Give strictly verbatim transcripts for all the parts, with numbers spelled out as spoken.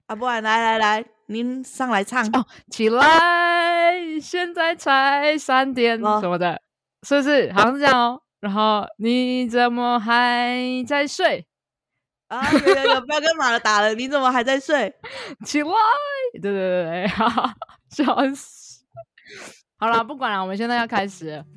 啊，不然来来来，您上来唱哦，起来，现在才三点、 哦、 什么的，是不是？好像是这样哦。然后你怎么还在睡？ 啊，有有有，不要跟马了打了，你怎么还在睡？ 起来，对对对对，笑死。好啦，不管了，我们现在要开始了。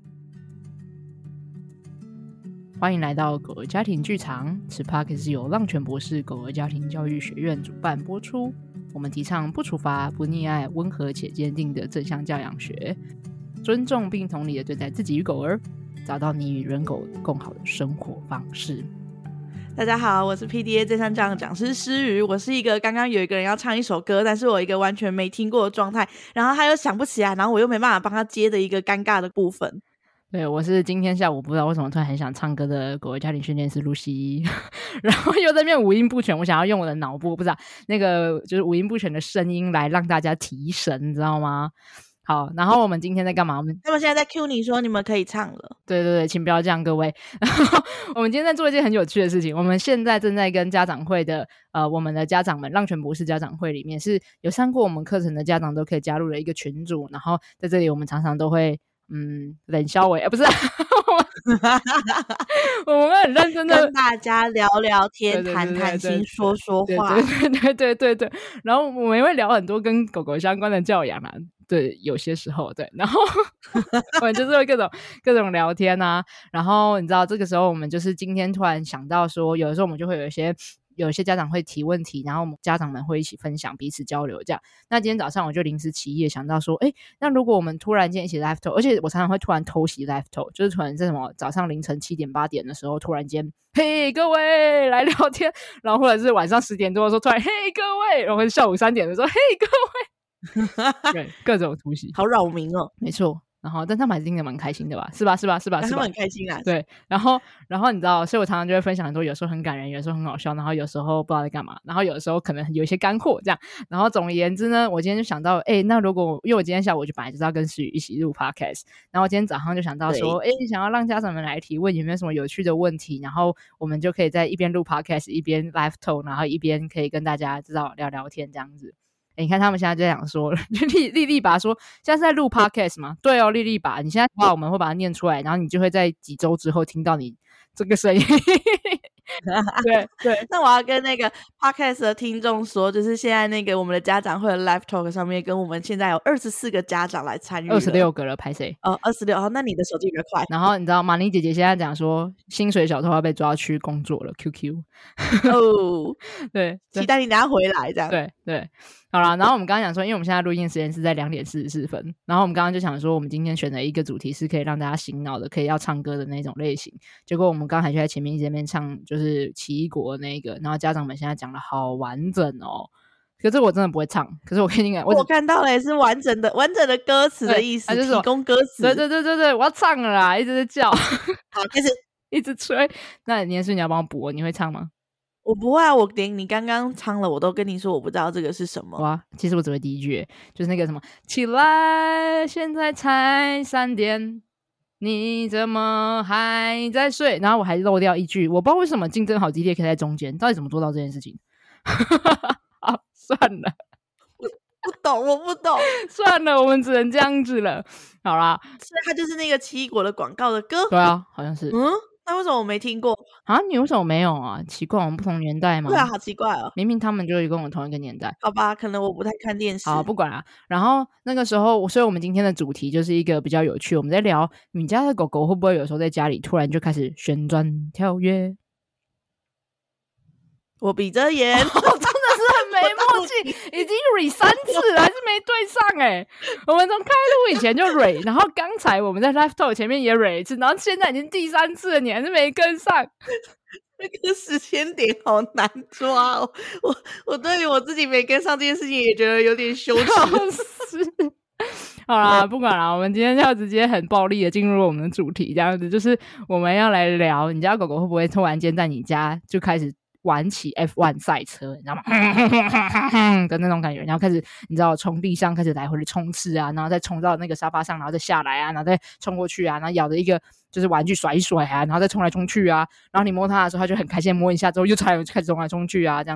欢迎来到狗儿家庭剧场，此 Podcast 是由浪犬博士狗儿家庭教育学院主办播出。我们提倡不处罚、不溺爱、温和且坚定的正向教养学，尊重并同理的对待自己与狗儿，找到你与人狗更好的生活方式。 大家好，我是 P D A 正向教养讲师诗瑜，我是一个刚刚有一个人要唱一首歌，但是我一个完全没听过的状态，然后他又想不起来，然后我又没办法帮他接的一个尴尬的部分。 对，我是今天下午不知道为什么突然很想唱歌的狗儿家庭训练师露西，然后又在那边五音不全，我想要用我的脑部，不知道那个就是五音不全的声音来让大家提神，你知道吗？好，然后我们今天在干嘛？我们他们现在在 cue 你说你们可以唱了。 对对对，请不要这样，各位。然后我们今天在做一件很有趣的事情，我们现在正在跟家长会的呃，我们的家长们浪犬博士家长会里面是有上过我们课程的家长都可以加入了一个群组，然后在这里我们常常都会嗯冷笑为，呃不是、啊，我们很认真的跟大家聊聊天，谈谈心，说说话。 对对对对对对，然后我们也会聊很多跟狗狗相关的教养啊。对，有些时候对，然后我们就是会各种各种聊天啊，然后你知道这个时候我们就是今天突然想到说，有的时候我们就会有一些有一些家长会提问题，然后我们家长们会一起分享彼此交流这样。那今天早上我就临时起意想到说，诶，那如果我们突然间一起 live talk， 而且我常常会突然偷袭 live talk， 就是突然在什么早上凌晨七点八点的时候突然间嘿各位来聊天，然后或者是晚上十点多的时候突然嘿各位，然后或者下午三点的时候嘿各位对，各种突袭， 好扰民哦。 没错，然后但他们还是听得蛮开心的吧？是吧？是吧？是吧？是吧？ 他们很开心啊。 对，然后然后你知道，所以我常常就会分享很多，有时候很感人，有时候很好笑，然后有时候不知道在干嘛，然后有的时候可能有一些干货这样。然后总而言之呢，我今天就想到，哎，那如果因为我今天下午我就本来就是要跟诗雨一起录 podcast， 然后我今天早上就想到说，哎，想要让家长们来提问，有没有什么有趣的问题，然后我们就可以在一边录 podcast 一边 live talk， 然后一边可以跟大家知道聊聊天这样子。欸、你看他们现在就想说莉莉莉爸说现在是在录 podcast 吗？对哦，莉莉爸，你现在的话我们会把它念出来，然后你就会在几周之后听到你这个声音对对， 那我要跟那个 podcast 的听众说，就是现在那个我们的家长会的 live talk 上面，跟我们现在有二十四个家长来参与了， 二十六个了，拍谁？ 哦，二十六，哦，那你的手机比较快。 然后你知道马妮姐姐现在讲说，薪水小偷要被抓去工作了 ，Q Q 哦， 对， 期待你等下回来这样。 对对，好啦，然后我们刚刚讲说，因为我们现在录音时间是在两点四十四分，然后我们刚刚就想说，我们今天选的一个主题是可以让大家醒脑的，可以要唱歌的那种类型。结果我们刚才就在前面一直在那边唱，就是奇异果那个，然后家长们现在讲的好完整哦。可是我真的不会唱，可是我跟你讲， 我, 我看到了也是完整的完整的歌词的意思，提供歌词。 对对对对对，我要唱了啦，一直在叫， 好，开始一直吹。那年是你要帮我补，你会唱吗？ 我不会啊，我连你刚刚唱了，我都跟你说我不知道这个是什么。 哇，其实我只会第一句，就是那个什么，起来，现在才三点，你怎么还在睡？然后我还漏掉一句，我不知道为什么竞争好激烈，可以在中间，到底怎么做到这件事情？好，算了， 不懂，我不懂， 算了，我们只能这样子了。好啦， 所以它就是那个奇异果的广告的歌。 对啊，好像是。 嗯。那为什么我没听过啊？你为什么没有啊？奇怪，我们不同年代吗？ 对啊，好奇怪哦。 明明他们就跟我同一个年代。 好吧，可能我不太看电视。 好，不管啦。然后那个时候，所以我们今天的主题就是一个比较有趣，我们在聊你家的狗狗会不会有时候在家里突然就开始旋转跳跃？ 我闭着眼， 哦、真的是很没默契，已经蕊三次了，还是没对上哎、欸。我们从开录以前就蕊，然后刚才我们在 live talk 前面也蕊一次，然后现在已经第三次了，你还是没跟上。 那个时间点好难抓哦，我我对于我自己没跟上这件事情也觉得有点羞耻。 好啦，不管啦，我们今天要直接很暴力的进入我们的主题，这样子就是我们要来聊你家狗狗会不会突然间在你家就开始玩起 F 一 赛车，你知道吗？的那种感觉，然后开始你知道从地上开始来回的冲刺啊，然后再冲到那个沙发上，然后再下来啊，然后再冲过去啊，然后咬着一个就是玩具甩一甩啊，然后再冲来冲去啊，然后你摸它的时候它就很开心摸一下之后又开始冲来冲去啊，这样子。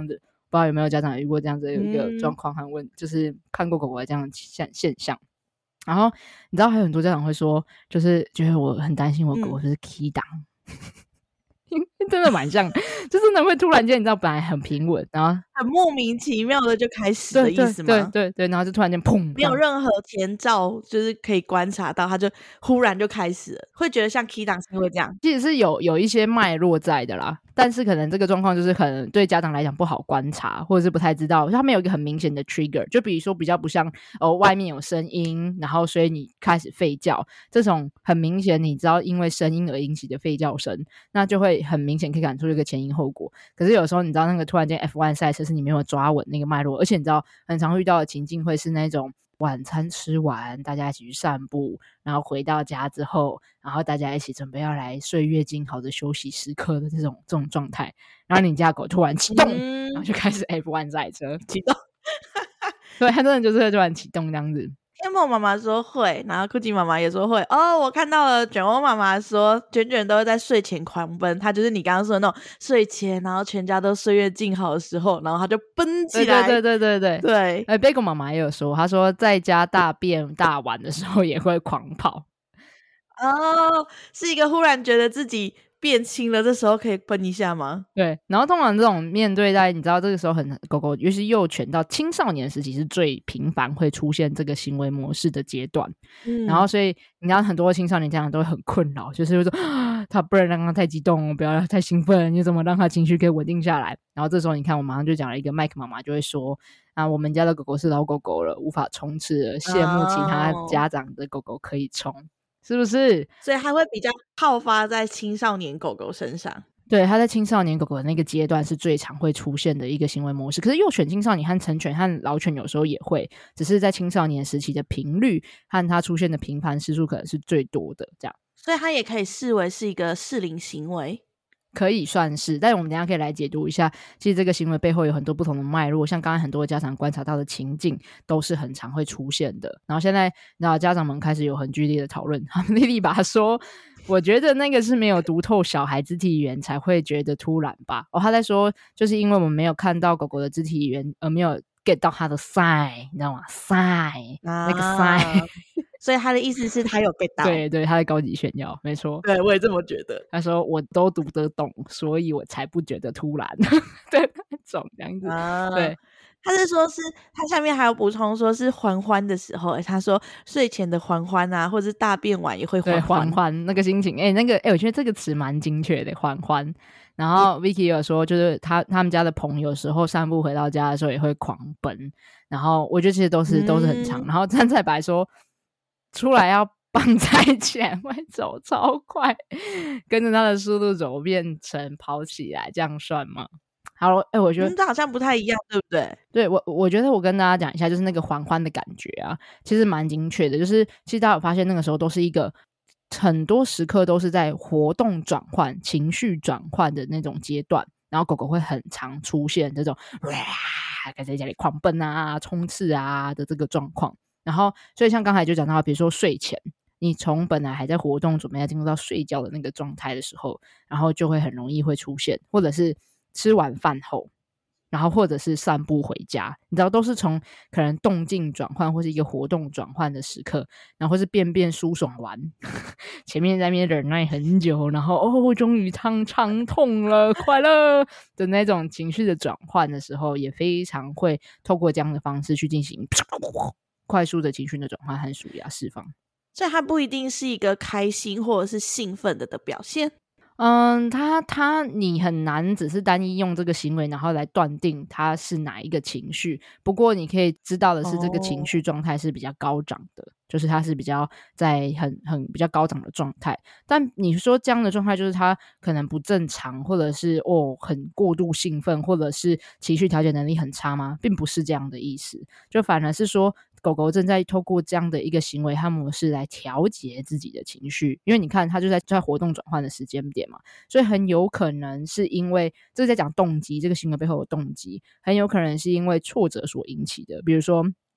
不知道有没有家长有遇过这样子的一个嗯状况和问，就是看过狗狗的这样的现现象。然后你知道还有很多家长会说，就是觉得我很担心我狗狗嗯就是 key 档。真的蛮像，就真的会突然间，你知道，本来很平稳，然后很莫名其妙的就开始的对对意思吗？ 对对对，然后就突然间砰， 没有任何前兆，就是可以观察到，他就忽然就开始了，会觉得像 key 档是因为这样。 其实是有有一些脉络在的啦，但是可能这个状况就是可能对家长来讲不好观察，或者是不太知道，他们有一个很明显的 trigger， 就比如说比较不像哦外面有声音，然后所以你开始吠叫，这种很明显你知道因为声音而引起的吠叫声，那就会很明显可以感出一个前因后果。可是有时候你知道那个突然间 F 一 赛车是你没有抓稳那个脉络，而且你知道很常遇到的情境会是那种晚餐吃完大家一起去散步，然后回到家之后，然后大家一起准备要来岁月静好的休息时刻的这种这种状态，然后你家狗突然启动、嗯、然后就开始 F 一 赛车启动对，它真的就是会突然启动这样子。 天梦妈妈说会，然后酷吉妈妈也说会。哦，我看到了卷欧妈妈说卷卷都会在睡前狂奔，她就是你刚刚说的那种睡前，然后全家都岁月静好的时候，然后她就奔起来。 对对对对对对。 哎，贝果妈妈也有说，她说在家大便大完的时候也会狂跑。 哦，是一个忽然觉得自己变轻了，这时候可以奔一下吗？ 对，然后通常这种面对在你知道这个时候很狗狗，尤其是幼犬到青少年时期是最频繁会出现这个行为模式的阶段、嗯、然后所以你知道很多青少年家长都会很困扰，就是会说、啊、他不能让他太激动，不要让他太兴奋，你怎么让他情绪可以稳定下来。然后这时候你看我马上就讲了一个麦克妈妈就会说啊，我们家的狗狗是老狗狗了，无法冲刺了，羡慕其他家长的狗狗可以冲、哦，是不是？ 所以它会比较好发在青少年狗狗身上。 对，它在青少年狗狗的那个阶段是最常会出现的一个行为模式。可是幼犬、青少年和成犬和老犬有时候也会，只是在青少年时期的频率和它出现的频繁次数可能是最多的这样。 所以它也可以视为是一个适龄行为。 可以算是，但我们等一下可以来解读一下，其实这个行为背后有很多不同的脉络，像刚才很多家长观察到的情境都是很常会出现的。然后现在你知道家长们开始有很剧烈的讨论，莉莉爸说我觉得那个是没有读透小孩肢体语言才会觉得突然吧。哦，他在说就是因为我们没有看到狗狗的肢体语言而没有 get 到它的 sign， 你知道吗？ sign、啊、那个 sign 所以他的意思是他有 get 到。 对对，他的高级炫耀，没错。 对，我也这么觉得。 他说我都读得懂，所以我才不觉得突然。对，那种这样子、啊、对。 他是说是他下面还有补充说是欢欢的时候，他说睡前的欢欢啊，或者是大便完也会欢欢。 对，欢欢那个心情，哎，那个哎，我觉得这个词蛮精确的，欢欢。然后 Vicky 有说就是他他们家的朋友有时候散步回到家的时候也会狂奔，然后我觉得其实都是、嗯、都是很长。然后站在白说出来要棒在前会走超快，跟着他的速度走变成跑起来，这样算吗？好，哎，我觉得、 嗯、这好像不太一样，对不对？ 对，我我觉得我跟大家讲一下，就是那个缓缓的感觉啊，其实蛮精确的。就是其实大家有发现，那个时候都是一个很多时刻都是在活动转换、情绪转换的那种阶段，然后狗狗会很常出现这种哇，开始在家里狂奔啊、冲刺啊的这个状况。然后，所以像刚才就讲到，比如说睡前，你从本来还在活动，准备要进入到睡觉的那个状态的时候，然后就会很容易会出现，或者是吃完饭后，然后或者是散步回家，你知道都是从可能动静转换或是一个活动转换的时刻，然后或是便便舒爽完前面在那边忍耐很久，然后哦终于肠肠痛了快乐的那种情绪的转换的时候，也非常会透过这样的方式去进行快速的情绪的转换和舒压释放。 所以它不一定是一个开心或者是兴奋的的表现。 嗯，他他你很难只是单一用这个行为然后来断定它是哪一个情绪，不过你可以知道的是这个情绪状态是比较高涨的、哦、就是它是比较在很很比较高涨的状态。但你说这样的状态就是它可能不正常，或者是哦很过度兴奋，或者是情绪调节能力很差吗？并不是这样的意思，就反而是说狗狗正在透过这样的一个行为和模式来调节自己的情绪，因为你看它就在在活动转换的时间点嘛，所以很有可能是因为这是在讲动机，这个行为背后有动机，很有可能是因为挫折所引起的。比如说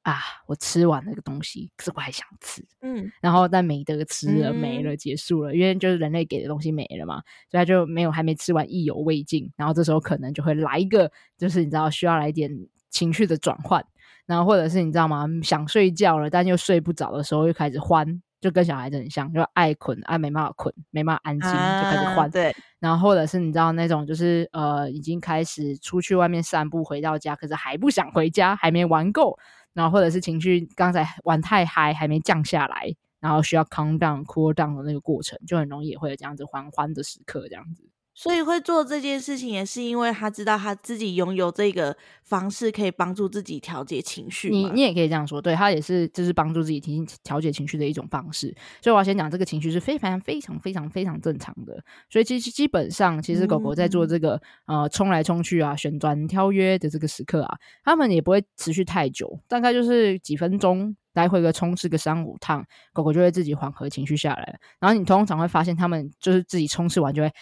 啊，我吃完那个东西，可是我还想吃， 嗯， 然后但没得吃了， 嗯没了，结束了，因为就是人类给的东西没了嘛，所以他就没有还没吃完，意犹未尽，然后这时候可能就会来一个，就是你知道需要来一点情绪的转换，然后或者是你知道吗，想睡觉了但又睡不着的时候又开始欢，就跟小孩子很像，就爱困爱没办法困，没办法安心、啊、就开始欢， 对， 然后或者是你知道那种就是呃已经开始出去外面散步回到家，可是还不想回家，还没玩够，然后或者是情绪刚才玩太嗨还没降下来，然后需要 calm down cool down 的那个过程，就很容易也会有这样子缓缓的时刻这样子。 所以会做这件事情也是因为他知道他自己拥有这个方式可以帮助自己调节情绪你你也可以这样说，对，他也是就是帮助自己提调节情绪的一种方式。所以我要先讲这个情绪是非常非常非常非常正常的。所以其实基本上其实狗狗在做这个、嗯、呃冲来冲去啊旋转跳跃的这个时刻啊，他们也不会持续太久，大概就是几分钟来回个冲刺个三五趟，狗狗就会自己缓和情绪下来，然后你通常会发现他们就是自己冲刺完就会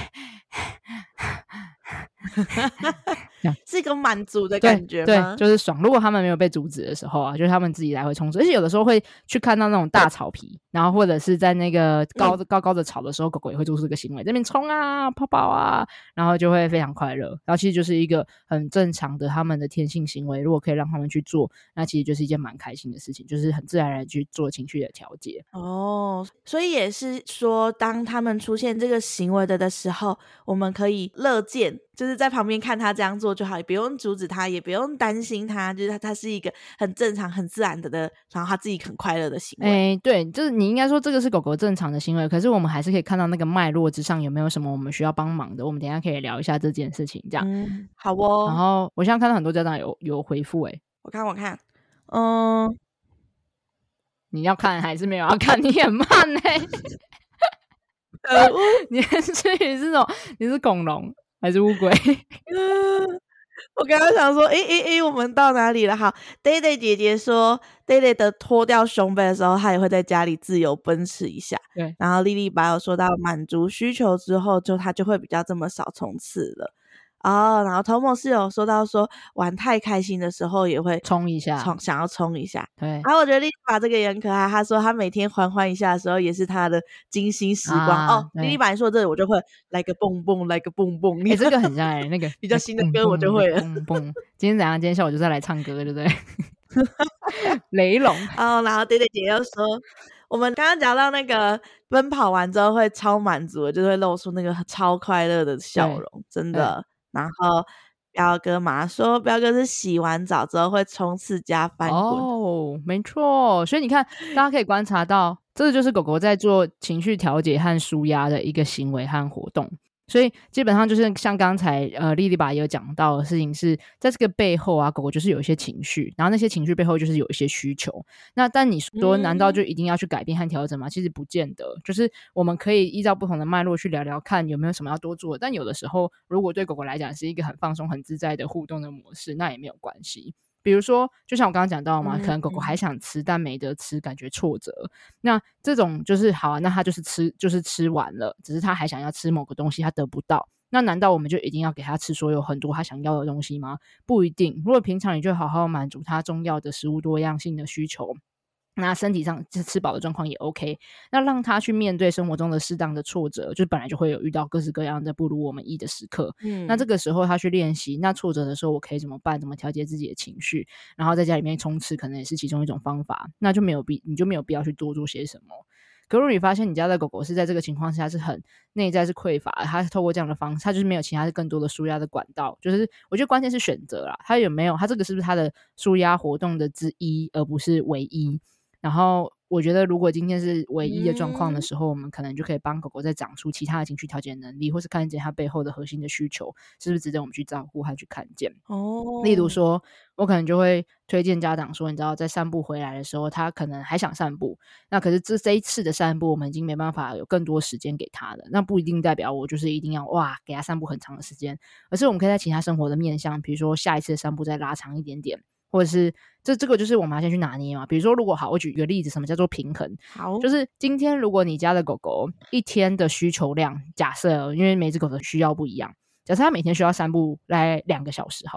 是一个满足的感觉吗？ 对，就是爽。如果他们没有被阻止的时候啊，就是他们自己来回冲刺，而且有的时候会去看到那种大草皮，然后或者是在那个高的、嗯、高高的草的时候，狗狗也会做出这个行为，在那边冲啊跑跑啊，然后就会非常快乐。然后其实就是一个很正常的他们的天性行为，如果可以让他们去做，那其实就是一件蛮开心的事情，就是很自然而然去做情绪的调节。 哦，所以也是说当他们出现这个行为的的时候，我们可以乐见，就是在旁边看他这样做就好，也不用阻止他，也不用担心他，就是他他是一个很正常很自然的的，然后他自己很快乐的行为。 欸、对，就是你应该说这个是狗狗正常的行为，可是我们还是可以看到那个脉络之上有没有什么我们需要帮忙的，我们等一下可以聊一下这件事情这样。 嗯，好哦。 然后我现在看到很多家长有有回复欸， 我看我看嗯， 你要看还是没有要看？你很慢欸可恶你是你是什么？你是恐龙还是乌龟？ 我刚刚想说诶诶诶我们到哪里了？好 Day-Day 姐姐说 Day-Day 的脱掉胸背的时候，她也会在家里自由奔驰一下。 对， 然后莉莉爸有说到满足需求之后，就她就会比较这么少冲刺了。哦，然后 Tomo 是有说到说玩太开心的时候也会冲一下， 冲想要冲一下。 对， 然后我觉得莉莉爸这个也很可爱，他说他每天欢欢一下的时候也是他的精心时光、啊、哦。莉莉爸你说这里我就会来个蹦蹦来个蹦蹦， 哎、欸，这个很像哎、欸，那个比较新的歌我就会了。 蹦蹦，今天怎样？今天下午就再来唱歌，对不对？雷龙哦，然后 Day-Day 姐又说。我们刚刚讲到那个奔跑完之后会超满足的，就会露出那个超快乐的笑容，真的。然后彪哥马说彪哥是洗完澡之后会冲刺加翻滚。 哦，没错。所以你看大家可以观察到，这就是狗狗在做情绪调节和抒压的一个行为和活动。所以基本上就是像刚才呃莉莉爸也有讲到的事情是，在这个背后啊，狗狗就是有一些情绪，然后那些情绪背后就是有一些需求。那但你说难道就一定要去改变和调整吗？嗯、其实不见得，就是我们可以依照不同的脉络去聊聊看有没有什么要多做的。但有的时候如果对狗狗来讲是一个很放松很自在的互动的模式，那也没有关系。比如说就像我刚刚讲到嘛、嗯、可能狗狗还想吃但没得吃，感觉挫折，那这种就是好啊，那它就是吃就是吃完了，只是它还想要吃某个东西它得不到，那难道我们就一定要给它吃所有很多它想要的东西吗？不一定。如果平常你就好好满足它重要的食物多样性的需求，那身体上吃饱的状况也 OK， 那让他去面对生活中的适当的挫折，就本来就会有遇到各式各样的不如我们意的时刻、嗯、那这个时候他去练习，那挫折的时候我可以怎么办，怎么调节自己的情绪，然后在家里面冲刺可能也是其中一种方法，那就没有必你就没有必要去多做些什么。可如果你发现你家的狗狗是在这个情况下是很内在是匮乏，它透过这样的方式，它就是没有其他更多的抒压的管道，就是我觉得关键是选择啦，它有没有，它这个是不是它的抒压活动的之一而不是唯一。然后我觉得如果今天是唯一的状况的时候、嗯、我们可能就可以帮狗狗再长出其他的情绪调节能力，或是看见它背后的核心的需求是不是值得我们去照顾和去看见。哦，例如说我可能就会推荐家长说，你知道在散步回来的时候他可能还想散步，那可是这这一次的散步我们已经没办法有更多时间给他了，那不一定代表我就是一定要哇给他散步很长的时间，而是我们可以在其他生活的面向，比如说下一次的散步再拉长一点点，或者是这这个就是我们要先去拿捏嘛。比如说如果好，我举一个例子，什么叫做平衡？好，就是今天如果你家的狗狗一天的需求量，假设因为每只狗的需要不一样，假设它每天需要散步来两个小时好了，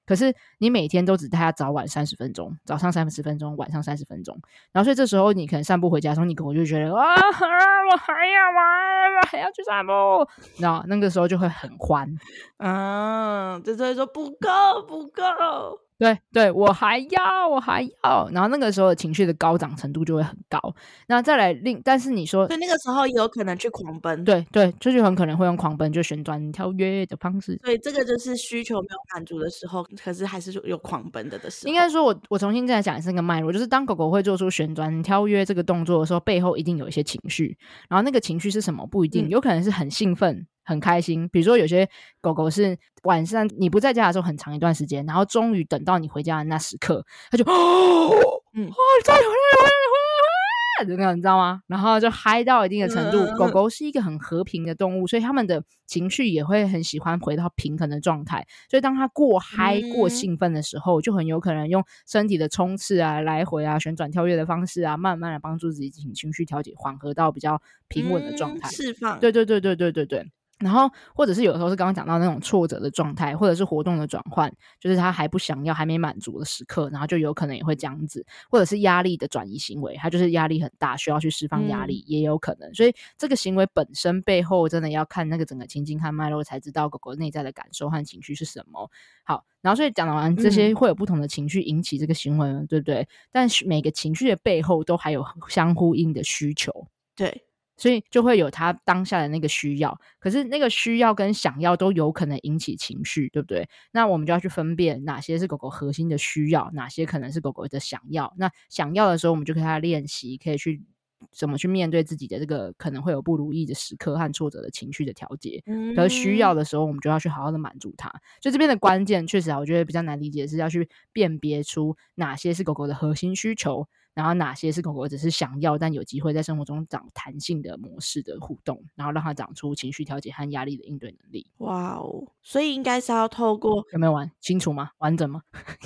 可是你每天都只带它早晚三十分钟，早上三十分钟，晚上三十分钟，然后所以这时候你可能散步回家的时候，你狗就觉得啊，我还要玩，我还要去散步，然后那个时候就会很欢， 嗯，就是会说不够不够。 对对，我还要我还要，然后那个时候情绪的高涨程度就会很高。那再来另，但是你说， 所以那个时候也有可能去狂奔。 对对，就是很可能会用狂奔，就旋转跳跃的方式。 所以这个就是需求没有满足的时候，可是还是有狂奔的的时候。 应该说我我重新再讲一次那个脉络，就是当狗狗会做出旋转跳跃这个动作的时候，背后一定有一些情绪，然后那个情绪是什么不一定，嗯、有可能是很兴奋很开心，比如说有些狗狗是晚上你不在家的时候很长一段时间，然后终于等到你回家的那时刻，它就哦，嗯，哦，你终于回来了，回来了，回来了，就那种你知道吗？然后就嗨到一定的程度。嗯、狗狗是一个很和平的动物，所以他们的情绪也会很喜欢回到平衡的状态。所以当它过嗨、嗯、过兴奋的时候，就很有可能用身体的冲刺啊、来回啊、旋转跳跃的方式啊，慢慢的帮助自己进行情绪调节，缓和到比较平稳的状态， 释放。 对对对对对对对。然后或者是有的时候是刚刚讲到那种挫折的状态，或者是活动的转换，就是他还不想要还没满足的时刻，然后就有可能也会这样子，或者是压力的转移行为，他就是压力很大需要去释放压力、嗯、也有可能。所以这个行为本身背后真的要看那个整个情境和脉络，才知道狗狗内在的感受和情绪是什么。好，然后所以讲完这些会有不同的情绪引起这个行为、嗯、对不对？但是每个情绪的背后都还有相呼应的需求。 对， 所以就会有他当下的那个需要，可是那个需要跟想要都有可能引起情绪，对不对？那我们就要去分辨哪些是狗狗核心的需要，哪些可能是狗狗的想要。那想要的时候，我们就可以他练习，可以去怎么去面对自己的这个可能会有不如意的时刻和挫折的情绪的调节。可是需要的时候，我们就要去好好的满足它。所以这边的关键，确实啊，我觉得比较难理解的是要去辨别出哪些是狗狗的核心需求，然后哪些是狗狗只是想要但有机会在生活中长弹性的模式的互动，然后让它长出情绪调节和压力的应对能力。 哇哦，所以应该是要透过， 有没有完清楚吗？完整吗？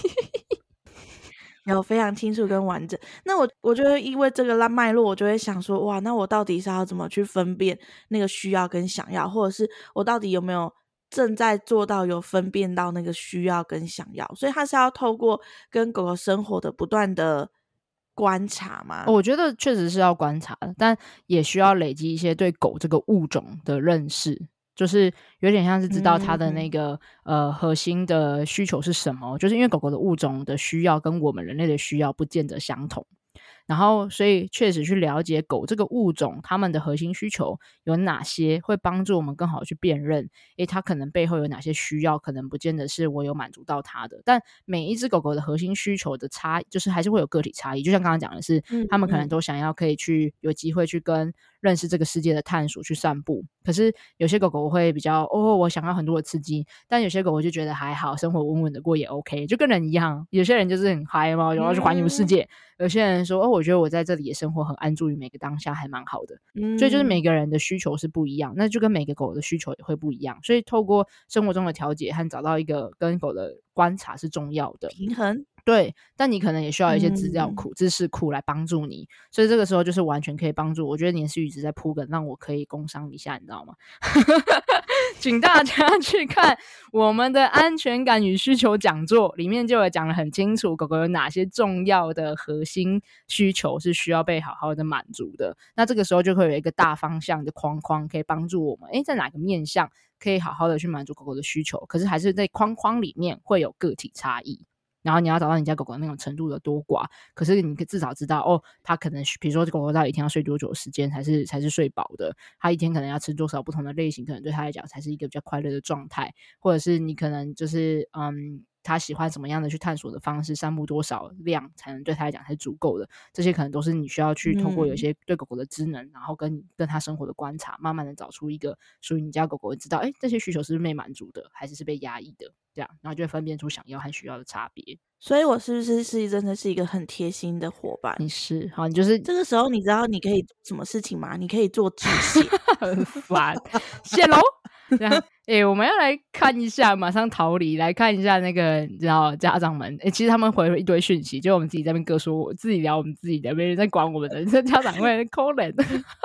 有非常清楚跟完整。那我我就会因为这个脉络，我就会想说，哇，那我到底是要怎么去分辨那个需要跟想要，或者是我到底有没有正在做到有分辨到那个需要跟想要。所以它是要透过跟狗狗生活的不断的观察吗？ 我觉得确实是要观察，但也需要累积一些对狗这个物种的认识，就是有点像是知道它的那个、嗯、呃核心的需求是什么，就是因为狗狗的物种的需要跟我们人类的需要不见得相同，然后所以确实去了解狗这个物种它们的核心需求有哪些，会帮助我们更好去辨认诶它可能背后有哪些需要，可能不见得是我有满足到它的。但每一只狗狗的核心需求的差就是还是会有个体差异，就像刚刚讲的是它们可能都想要可以去有机会去跟认识这个世界的探索去散步，可是有些狗狗会比较哦我想要很多的刺激，但有些狗狗就觉得还好，生活稳稳的过也 OK， 就跟人一样，有些人就是很嗨嘛，然后去环游世界、嗯、有些人说哦我觉得我在这里也生活很安住于每个当下还蛮好的、嗯、所以就是每个人的需求是不一样，那就跟每个狗的需求也会不一样，所以透过生活中的调节和找到一个跟狗的观察是重要的平衡， 对，但你可能也需要一些资料库、嗯、知识库来帮助你，所以这个时候就是完全可以帮助我觉得年思雨一直在铺梗让我可以工商一下你知道吗请大家去看我们的安全感与需求讲座，里面就有讲得很清楚狗狗有哪些重要的核心需求是需要被好好的满足的，那这个时候就会有一个大方向的框框可以帮助我们诶在哪个面向可以好好的去满足狗狗的需求，可是还是在框框里面会有个体差异，然后你要找到你家狗狗那种程度的多寡，可是你至少知道哦，它可能比如说狗狗到底一天要睡多久的时间才是才是睡饱的，它一天可能要吃多少不同的类型，可能对它来讲才是一个比较快乐的状态，或者是你可能就是嗯，它喜欢什么样的去探索的方式，散步多少量才能对它来讲才是足够的，这些可能都是你需要去透过有些对狗狗的知能、嗯、然后跟跟它生活的观察，慢慢的找出一个属于你家狗狗知道诶这些需求是不是被满足的还是是被压抑的，这样然后就会分辨出想要和需要的差别。 所以我是不是是真的是一个很贴心的伙伴？ 你是好，你就是这个时候你知道你可以做什么事情吗？你可以做止血很烦谢喽这样欸我们要来看一下，马上逃离来看一下那个你知道家长们欸其实他们回了一堆讯息，就我们自己在那边各说我自己聊我们自己的，没人在管我们的，这家长会可怜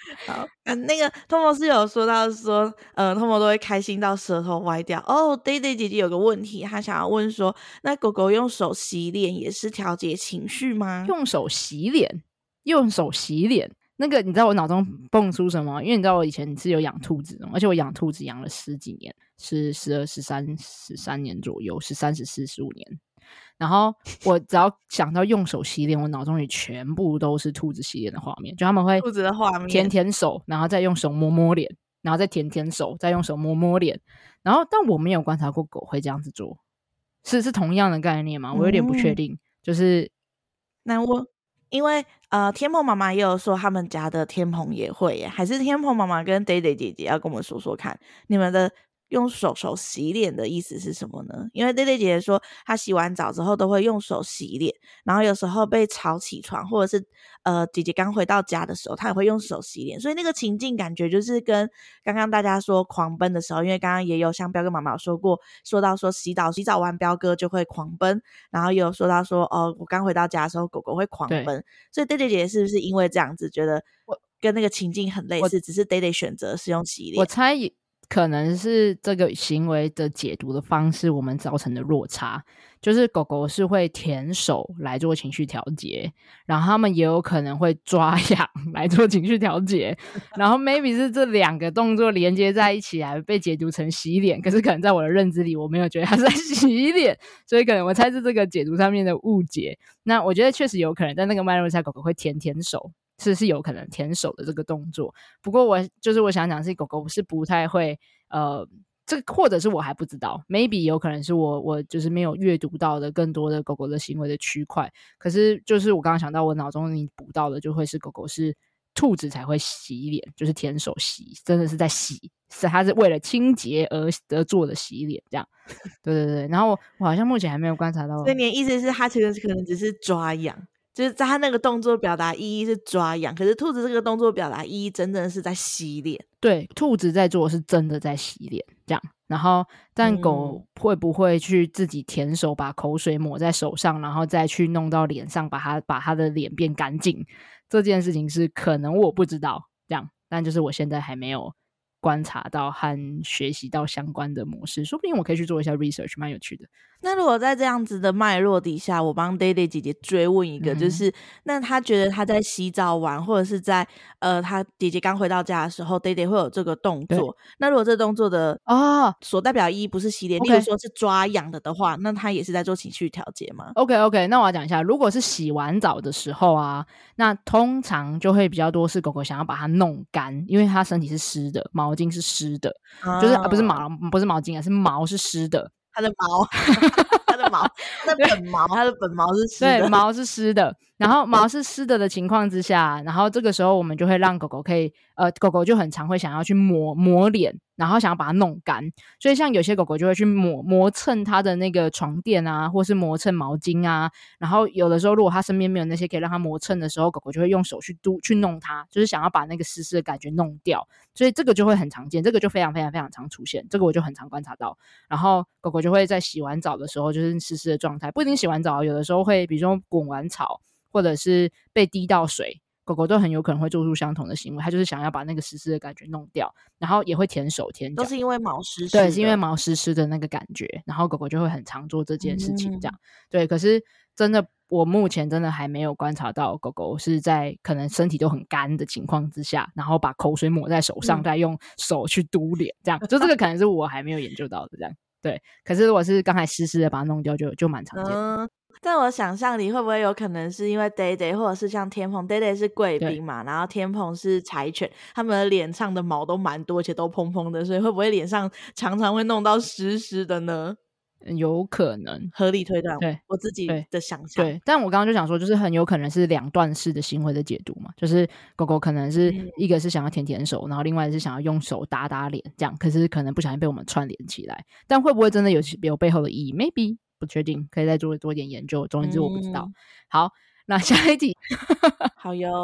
好，嗯，那个托摩是有说到说，呃，托摩都会开心到舌头歪掉。哦，Day Day 姐姐有个问题，她想要问说，那狗狗用手洗脸也是调节情绪吗？ 用手洗脸，用手洗脸。那个你知道我脑中蹦出什么？因为你知道我以前是有养兔子的，而且我养兔子养了十几年，是十二、十三、十三年左右，十三、十四、十五年。然后我只要想到用手洗脸，我脑中里全部都是兔子洗脸的画面，就他们会兔子的画面， 舔舔手，然后再用手摸摸脸，然后再舔舔手，再用手摸摸脸。然后但我没有观察过狗会这样子做，是是同样的概念吗？我有点不确定。嗯、就是那我因为呃，天蓬妈妈也有说他们家的天蓬也会耶，还是天蓬妈妈跟 Day Day 姐姐要跟我们说说看，你们的用手手洗脸的意思是什么呢？因为 Day Day 姐姐说她洗完澡之后都会用手洗脸，然后有时候被吵起床，或者是呃姐姐刚回到家的时候，她也会用手洗脸，所以那个情境感觉就是跟刚刚大家说狂奔的时候，因为刚刚也有像彪哥妈妈有说过，说到说洗澡洗澡完彪哥就会狂奔，然后也有说到说哦我刚回到家的时候狗狗会狂奔，所以 Day Day 姐姐是不是因为这样子觉得跟那个情境很类似，只是 Day Day 选择是用洗脸？ 我猜可能是这个行为的解读的方式我们造成的落差，就是狗狗是会舔手来做情绪调节，然后他们也有可能会抓痒来做情绪调节，然后 maybe 是这两个动作连接在一起来被解读成洗脸，可是可能在我的认知里我没有觉得它是在洗脸，所以可能我猜是这个解读上面的误解。那我觉得确实有可能在那个脉络下狗狗会舔舔手，是是有可能舔手的这个动作，不过我就是我想讲是狗狗是不太会呃，这或者是我还不知道 maybe 有可能是我我就是没有阅读到的更多的狗狗的行为的区块，可是就是我刚刚想到我脑中你补到的就会是狗狗是兔子才会洗脸，就是舔手洗，真的是在洗，是它是为了清洁而而做的洗脸这样。对对对，然后 我, 我好像目前还没有观察到， 所以你的意思是它其实可能只是抓痒，就是在他那个动作表达意义是抓痒，可是兔子这个动作表达意义真正是在洗脸。 对，兔子在做是真的在洗脸这样，然后但狗会不会去自己舔手把口水抹在手上，然后再去弄到脸上把它把它的脸变干净，这件事情是可能我不知道这样，但就是我现在还没有观察到和学习到相关的模式，说不定我可以去做一下 research， 蛮有趣的。 那如果在这样子的脉络底下，我帮 Day Day 姐姐追问一个、嗯、就是那她觉得她在洗澡完或者是在呃她姐姐刚回到家的时候 Day Day 会有这个动作，那如果这动作的啊所代表意义不是洗脸、okay. 例如说是抓痒的的话，那她也是在做情绪调节吗？ OK OK， 那我要讲一下，如果是洗完澡的时候啊，那通常就会比较多是狗狗想要把它弄干，因为它身体是湿的，毛巾是湿的、啊、就是、啊、不是毛不是毛巾啊，是毛是湿的， 它的毛它的毛它的本毛它的本毛是湿的， 对，毛是湿的，然后毛是湿的的情况之下，然后这个时候我们就会让狗狗可以呃，狗狗就很常会想要去抹抹脸，然后想要把它弄干，所以像有些狗狗就会去抹磨蹭它的那个床垫啊，或是磨蹭毛巾啊，然后有的时候如果它身边没有那些可以让它磨蹭的时候，狗狗就会用手去嘟去弄它，就是想要把那个湿湿的感觉弄掉，所以这个就会很常见，这个就非常非常非常常出现，这个我就很常观察到，然后狗狗就会在洗完澡的时候就是湿湿的状态，不一定洗完澡，有的时候会比如说滚完草或者是被滴到水，狗狗都很有可能会做出相同的行为，它就是想要把那个湿湿的感觉弄掉，然后也会舔手舔脚， 都是因为毛湿湿的， 对，是因为毛湿湿的那个感觉，然后狗狗就会很常做这件事情这样、嗯、对，可是真的我目前真的还没有观察到狗狗是在可能身体都很干的情况之下，然后把口水抹在手上、嗯、再用手去嘟脸这样，就这个可能是我还没有研究到的这样对，可是如果是刚才湿湿的把它弄掉就就蛮常见的、 嗯，在我想象里会不会有可能是因为 Day Day 或者是像天蓬 Day Day 是贵宾嘛，然后天蓬是柴犬，他们的脸上的毛都蛮多而且都蓬蓬的，所以会不会脸上常常会弄到湿湿的呢？ 有可能， 合理推断， 对我自己的想象。 对，但我刚刚就想说就是很有可能是两段式的行为的解读嘛，就是狗狗可能是一个是想要舔舔手、嗯、然后另外是想要用手打打脸这样，可是可能不小心被我们串联起来，但会不会真的有有背后的意义 maybe 不确定，可以再做多一点研究，总之我不知道、嗯、好，那下一题好哟，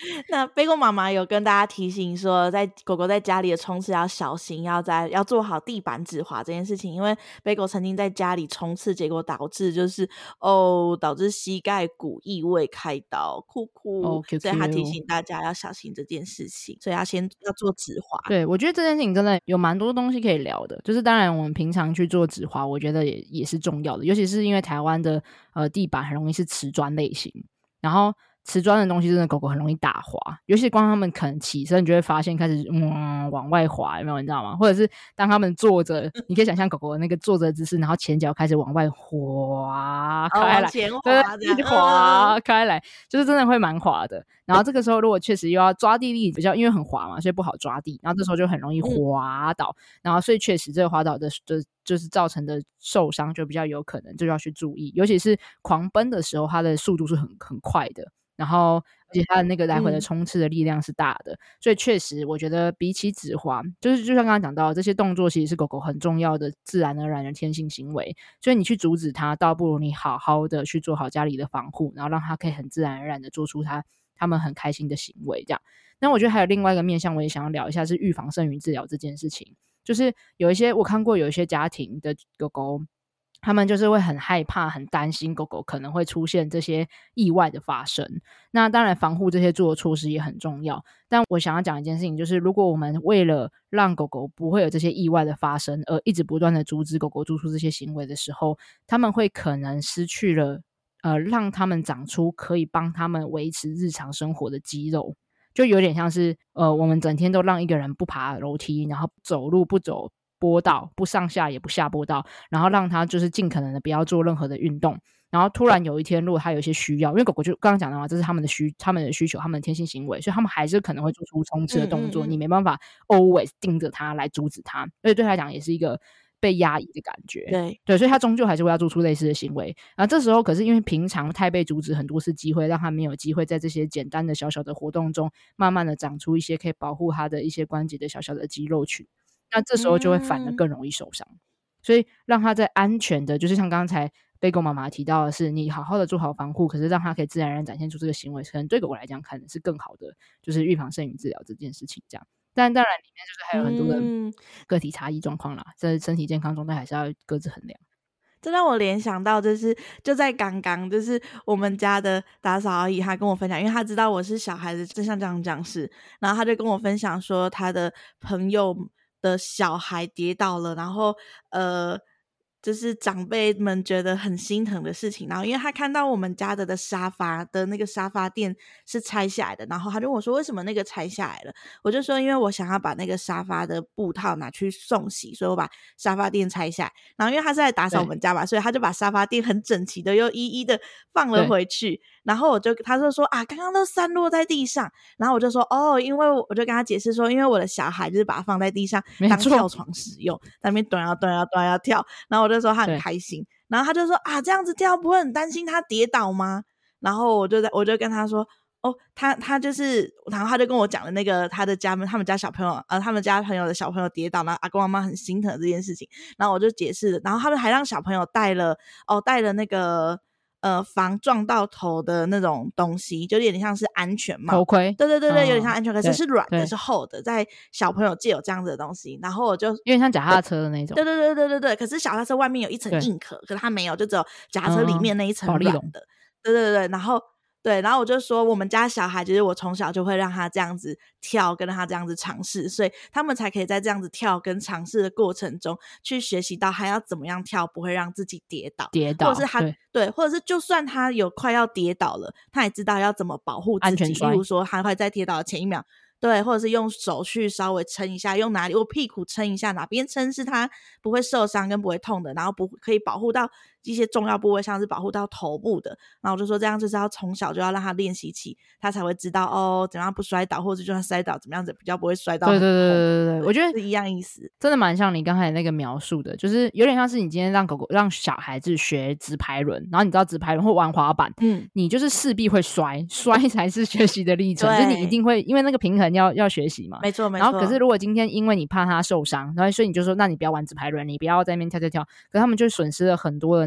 那贝果妈妈有跟大家提醒说，在狗狗在家里的冲刺要小心，要在要做好地板止滑这件事情，因为贝果曾经在家里冲刺，结果导致就是哦，导致膝盖骨异位开刀，哭哭， 哦，Q Q 所以他提醒大家要小心这件事情，所以要先要做止滑。 对，我觉得这件事情真的有蛮多东西可以聊的，就是当然我们平常去做止滑，我觉得也也是重要的，尤其是因为台湾的呃地板很容易是瓷砖类型，然后瓷砖的东西真的狗狗很容易打滑，尤其光他们可能起身，你就会发现开始嗯往外滑，有没有？你知道吗？或者是当他们坐着，你可以想象狗狗的那个坐着的姿势，然后前脚开始往外滑开来， 哦、往前滑这样， 对，滑开来，就是真的会蛮滑的。然后这个时候如果确实又要抓地力比较，因为很滑嘛，所以不好抓地，然后这时候就很容易滑倒，嗯、然后所以确实这个滑倒的就就是造成的受伤就比较有可能，就要去注意，尤其是狂奔的时候，它的速度是很很快的。然后而且它的那个来回的冲刺的力量是大的、嗯、所以确实我觉得比起止滑，就是就像刚刚讲到这些动作其实是狗狗很重要的自然而然的天性行为，所以你去阻止它倒不如你好好的去做好家里的防护，然后让它可以很自然而然的做出它他们很开心的行为这样。那我觉得还有另外一个面向我也想要聊一下，是预防胜于治疗这件事情。就是有一些我看过有一些家庭的狗狗，他们就是会很害怕很担心狗狗可能会出现这些意外的发生，那当然防护这些做的措施也很重要，但我想要讲一件事情，就是如果我们为了让狗狗不会有这些意外的发生而一直不断的阻止狗狗做出这些行为的时候，他们会可能失去了呃，让他们长出可以帮他们维持日常生活的肌肉，就有点像是呃，我们整天都让一个人不爬楼梯，然后走路不走坡道，不上下也不下坡道，然后让他就是尽可能的不要做任何的运动，然后突然有一天如果他有一些需要，因为狗狗就刚刚讲的嘛，这是他们的需他们的需求，他们的天性行为，所以他们还是可能会做出冲刺的动作，嗯嗯嗯，你没办法 always 盯着他来阻止他，而且对他来讲也是一个被压抑的感觉， 对对，所以他终究还是会要做出类似的行为。然后这时候可是因为平常太被阻止很多次机会，让他没有机会在这些简单的小小的活动中慢慢的长出一些可以保护他的一些关节的小小的肌肉群，那这时候就会反而更容易受伤、嗯、所以让他在安全的，就是像刚才贝狗妈妈提到的是，你好好的做好防护，可是让他可以自然而然展现出这个行为，可能对狗狗来讲可能是更好的，就是预防胜于治疗这件事情这样。但当然里面就是还有很多的个体差异状况啦，在、嗯、身体健康中都还是要各自衡量。 这让我联想到就是就在刚刚，就是我们家的打扫阿姨她跟我分享，因为她知道我是小孩子正向这样讲师，然后她就跟我分享说她的朋友的小孩跌倒了，然后呃就是长辈们觉得很心疼的事情，然后因为他看到我们家的的沙发的那个沙发垫是拆下来的，然后他就问我说为什么那个拆下来了，我就说因为我想要把那个沙发的布套拿去送洗，所以我把沙发垫拆下来，然后因为他是在打扫我们家嘛，所以他就把沙发垫很整齐的又一一的放了回去，然后我就他就说啊刚刚都散落在地上，然后我就说哦，因为我就跟他解释说因为我的小孩就是把它放在地上当跳床使用，在那边蹲啊蹲啊蹲啊跳，然后我就说他很开心，然后他就说啊这样子跳不会很担心他跌倒吗？然后我就在我就跟他说哦他他就是然后他就跟我讲了那个他的家他们家小朋友呃他们家朋友的小朋友跌倒，然后阿公阿妈很心疼这件事情，然后我就解释了，然后他们还让小朋友带了哦带了那个呃防撞到头的那种东西，就有点像是安全帽头盔， 对对对对、哦、有点像安全帽，可是是软的是厚的，在小朋友借有这样子的东西，然后我就有点像脚踏车的那种， 对对对对对对，可是脚踏车外面有一层硬壳，可是它没有，就只有脚踏车里面那一层软的、嗯、对对对，然后对，然后我就说我们家小孩就是我从小就会让他这样子跳跟让他这样子尝试，所以他们才可以在这样子跳跟尝试的过程中去学习到他要怎么样跳不会让自己跌倒跌倒，或者是他 对, 对或者是就算他有快要跌倒了他也知道要怎么保护自己，例如说他会在跌倒的前一秒对，或者是用手去稍微撑一下，用哪里用屁股撑一下，哪边撑是他不会受伤跟不会痛的，然后不可以保护到一些重要部位，像是保护到头部的，然后我就说这样就是要从小就要让他练习起，他才会知道哦怎样不摔倒，或者就算摔倒怎么样子比较不会摔到很痛。对对对对对， 我觉得是一样意思， 真的蛮像你刚才那个描述的，就是有点像是你今天让狗狗让小孩子学直排轮，然后你知道直排轮或玩滑板，嗯，你就是势必会摔，摔才是学习的历程，就是你一定会因为那个平衡要要学习嘛， 没错没错。 然后可是如果今天因为你怕他受伤，然后所以你就说那你不要玩直排轮，你不要在那边跳跳跳，可是他们就损失了很多的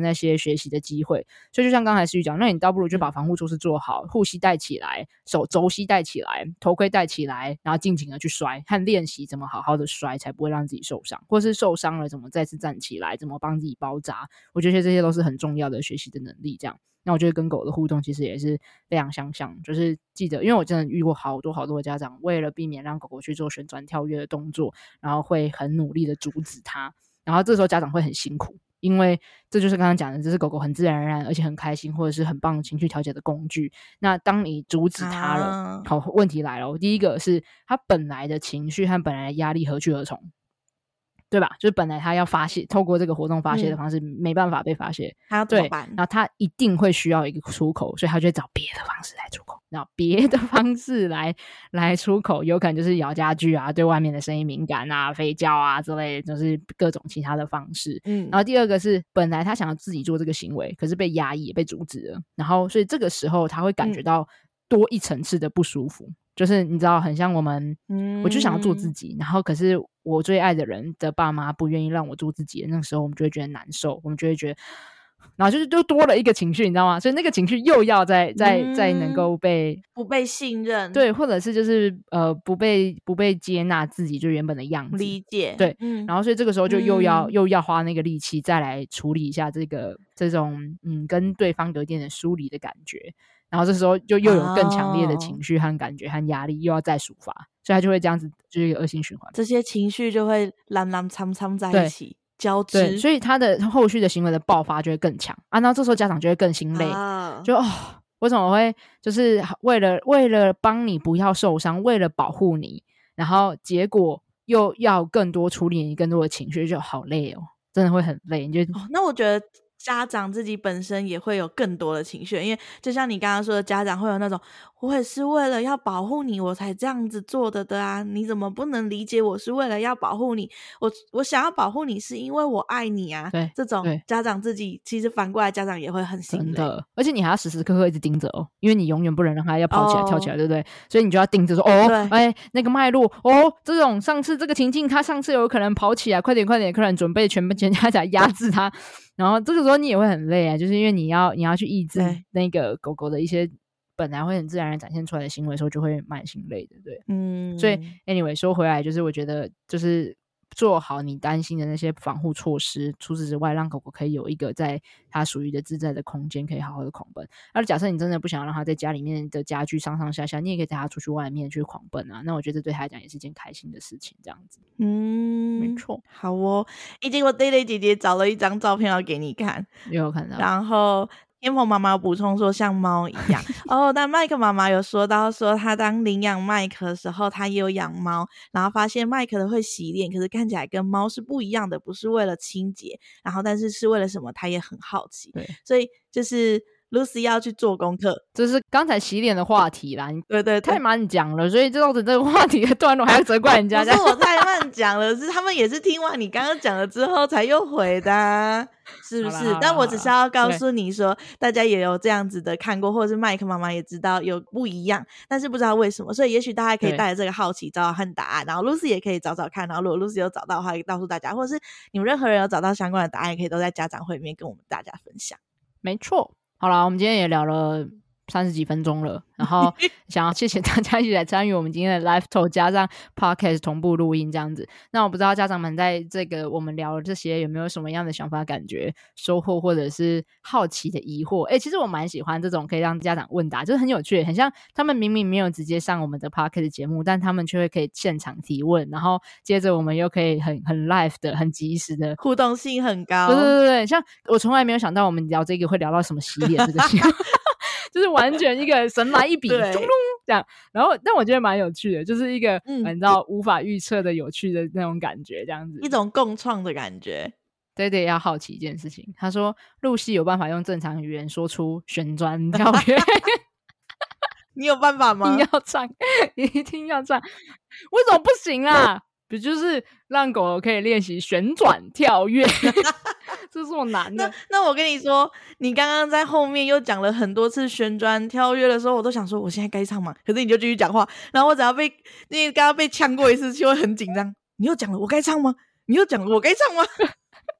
那些学习的机会。所以就像刚才思雨讲，那你倒不如就把防护措施做好，护膝带起来，手肘膝带起来，头盔戴起来，然后尽情的去摔和练习怎么好好的摔才不会让自己受伤，或是受伤了怎么再次站起来，怎么帮自己包扎，我觉得这些都是很重要的学习的能力。这样，那我觉得跟狗的互动其实也是非常相像，就是记得，因为我真的遇过好多好多的家长，为了避免让狗狗去做旋转跳跃的动作，然后会很努力的阻止它，然后这时候家长会很辛苦，因为这就是刚刚讲的，这是狗狗很自然而然而且很开心或者是很棒情绪调节的工具。那当你阻止它了、啊、好，问题来了，第一个是它本来的情绪和本来的压力何去何从，对吧？就是本来他要发泄，透过这个活动发泄的方式、嗯、没办法被发泄， 他要怎么办？ 对，然后他一定会需要一个出口，所以他就会找别的方式来出口。然后别的方式来来出口，有可能就是咬家具啊，对外面的声音敏感啊，吠叫啊之类的，就是各种其他的方式。嗯，然后第二个是本来他想要自己做这个行为，可是被压抑被阻止了，然后所以这个时候他会感觉到多一层次的不舒服。嗯，就是你知道很像我们、嗯、我就想要做自己，然后可是我最爱的人的爸妈不愿意让我做自己的，那个时候我们就会觉得难受，我们就会觉得，然后就是就多了一个情绪，你知道吗？所以那个情绪又要再再、嗯、再能够被不被信任， 对，或者是就是呃不被不被接纳自己就原本的样子， 理解， 对、嗯、然后所以这个时候就又要、嗯、又要花那个力气再来处理一下这个这种嗯跟对方有一点点疏离的感觉，然后这时候就又有更强烈的情绪和感觉和压力、哦、又要再抒发，所以他就会这样子，就是一个恶性循环， 这些情绪就会蓝蓝苍苍在一起交织， 对，所以他的后续的行为的爆发就会更强啊，然后这时候家长就会更心累、啊、就哦，为什么会就是为了为了帮你不要受伤，为了保护你，然后结果又要更多处理你更多的情绪，就好累哦，真的会很累，你就、 哦、那我觉得家长自己本身也会有更多的情绪，因为就像你刚刚说的，家长会有那种我也是为了要保护你我才这样子做的的啊，你怎么不能理解我是为了要保护你，我我想要保护你是因为我爱你啊， 对， 这种家长自己其实反过来家长也会很心累， 真的，而且你还要时时刻刻一直盯着哦，因为你永远不能让他要跑起来、oh. 跳起来，对不对？所以你就要盯着说哦，哎，那个脉络哦，这种上次这个情境他上次有可能跑起来，快点快点，快点准备全全家起来压制他然后这个时候你也会很累啊，就是因为你要你要去抑制那个狗狗的一些本来会很自然地展现出来的行为的时候，就会蛮心累的，对，嗯，所以 anyway 说回来，就是我觉得就是做好你担心的那些防护措施，除此之外让狗狗可以有一个在它属于的自在的空间可以好好的狂奔。而假设你真的不想让它在家里面的家具上上下下，你也可以带它出去外面去狂奔啊，那我觉得对它来讲也是一件开心的事情，这样子。嗯，没错。 好哦，已经我 Daily 姐姐找了一张照片要给你看， 有看到， 然后天鹏妈妈补充说像猫一样哦，但麦克妈妈有说到说她当领养麦克的时候她也有养猫，然后发现麦克的会洗脸，可是看起来跟猫是不一样的，不是为了清洁，然后但是是为了什么她也很好奇，对，所以就是Lucy 要去做功课， 这是刚才洗脸的话题啦， 对对对， 太慢讲了，所以照着这个话题的段落还要责怪人家， 不是我太慢讲了，是他们也是听完你刚刚讲了之后才又回的、啊、是不是？但我只是要告诉你说大家也有这样子的看过，或者是麦克妈妈也知道有不一样，但是不知道为什么，所以也许大家可以带着这个好奇找找看答案，然后 Lucy 也可以找找看，然后如果 Lucy 有找到的话可以告诉大家，或者是你们任何人有找到相关的答案也可以都在家长会里面跟我们大家分享。 没错，好啦，我们今天也聊了三十几分钟了，然后想要谢谢大家一起来参与我们今天的 live talk 加上 podcast 同步录音这样子。那我不知道家长们在这个我们聊的这些有没有什么样的想法感觉收获，或者是好奇的疑惑。诶，其实我蛮喜欢这种可以让家长问答，就是很有趣，很像他们明明没有直接上我们的 podcast 节目，但他们却会可以现场提问，然后接着我们又可以很很 live 的很及时的互动性很高。 对对对对，像我从来没有想到我们聊这个会聊到什么洗脸这个戏就是完全一个神来一笔咚咚这样，然后但我觉得蛮有趣的，就是一个、嗯、你知道无法预测的有趣的那种感觉，这样子一种共创的感觉。 对对，要好奇一件事情，他说露西有办法用正常语言说出旋转跳跃你有办法吗？ 一定要唱一定要唱，为什么不行啊？不就是让狗狗可以练习旋转跳跃这是这么难的。 那那我跟你说，你刚刚在后面又讲了很多次旋转跳跃的时候，我都想说我现在该唱吗？可是你就继续讲话，然后我只要被因为刚刚被呛过一次就会很紧张，你又讲了我该唱吗？你又讲了我该唱吗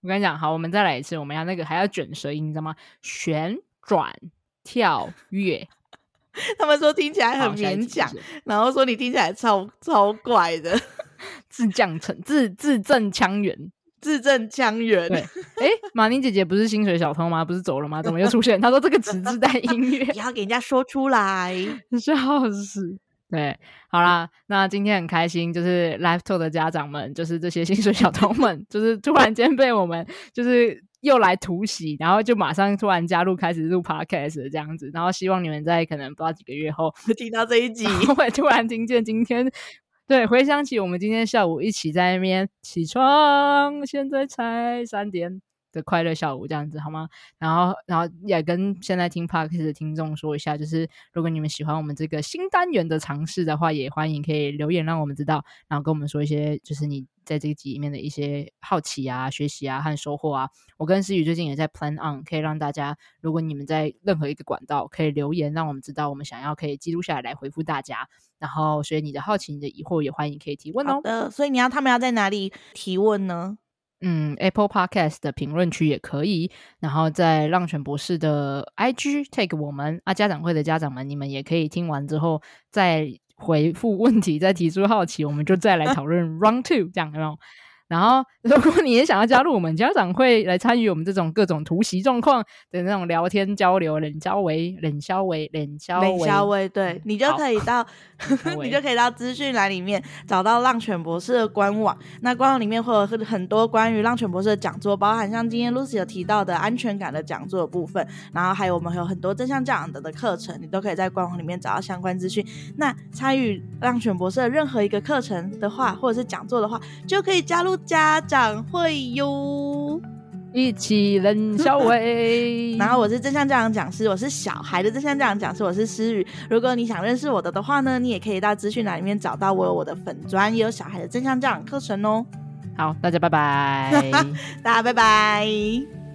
我跟你讲，好，我们再来一次，我们要那个还要卷舌音，你知道吗？旋转跳跃。 他们说听起来很勉强，然后说你听起来超超怪的。 字降成字字正腔圆， 字正腔圆。 对，哎，马宁姐姐不是薪水小偷吗？不是走了吗？怎么又出现？她说这个词自带音乐， 不要给人家说出来， 笑死。对，好啦，那今天很开心，就是 Live Talk 的家长们，就是这些薪水小偷们，就是突然间被我们就是又来突袭，然后就马上突然加入开始录 Podcast 这样子，然后希望你们在可能不知道几个月后听到这一集， 会突然听见今天。对，回想起我们今天下午一起在那边起床，现在才三点的快乐下午这样子好吗？然后然后也跟现在听 Podcast 的听众说一下，就是如果你们喜欢我们这个新单元的尝试的话，也欢迎可以留言让我们知道，然后跟我们说一些就是你在这个集里面的一些好奇啊、学习啊和收获啊。我跟思雨最近也在 plan on， 可以让大家，如果你们在任何一个管道可以留言让我们知道，我们想要可以记录下来来回复大家。然后所以你的好奇、你的疑惑也欢迎可以提问哦。 好的，所以你要他们要在哪里提问呢？ 嗯 Apple Podcast 的评论区也可以，然后在浪犬博士的 I G tag 我们啊，家长会的家长们，你们也可以听完之后再回复问题，再提出好奇，我们就再来讨论 round two 这样有没有？然后如果你也想要加入我们家长会来参与我们这种各种突袭状况的那种聊天交流，冷消维冷消维冷消维冷消维，对，你就可以到你就可以到资讯栏里面找到浪犬博士的官网，那官网里面会有很多关于浪犬博士的讲座，包含像今天 Lucy 有提到的安全感的讲座的部分，然后还有我们有很多正向教养的课程，你都可以在官网里面找到相关资讯。那参与浪犬博士的任何一个课程的话，或者是讲座的话，就可以加入家长会哟， 一起冷消维。 然后我是正向教养讲师，我是小孩的正向教养讲师，我是思雨。如果你想认识我的的话呢，你也可以到资讯栏里面找到我有我的粉专，也有小孩的正向教养课程哦。 好，大家拜拜。 大家拜拜。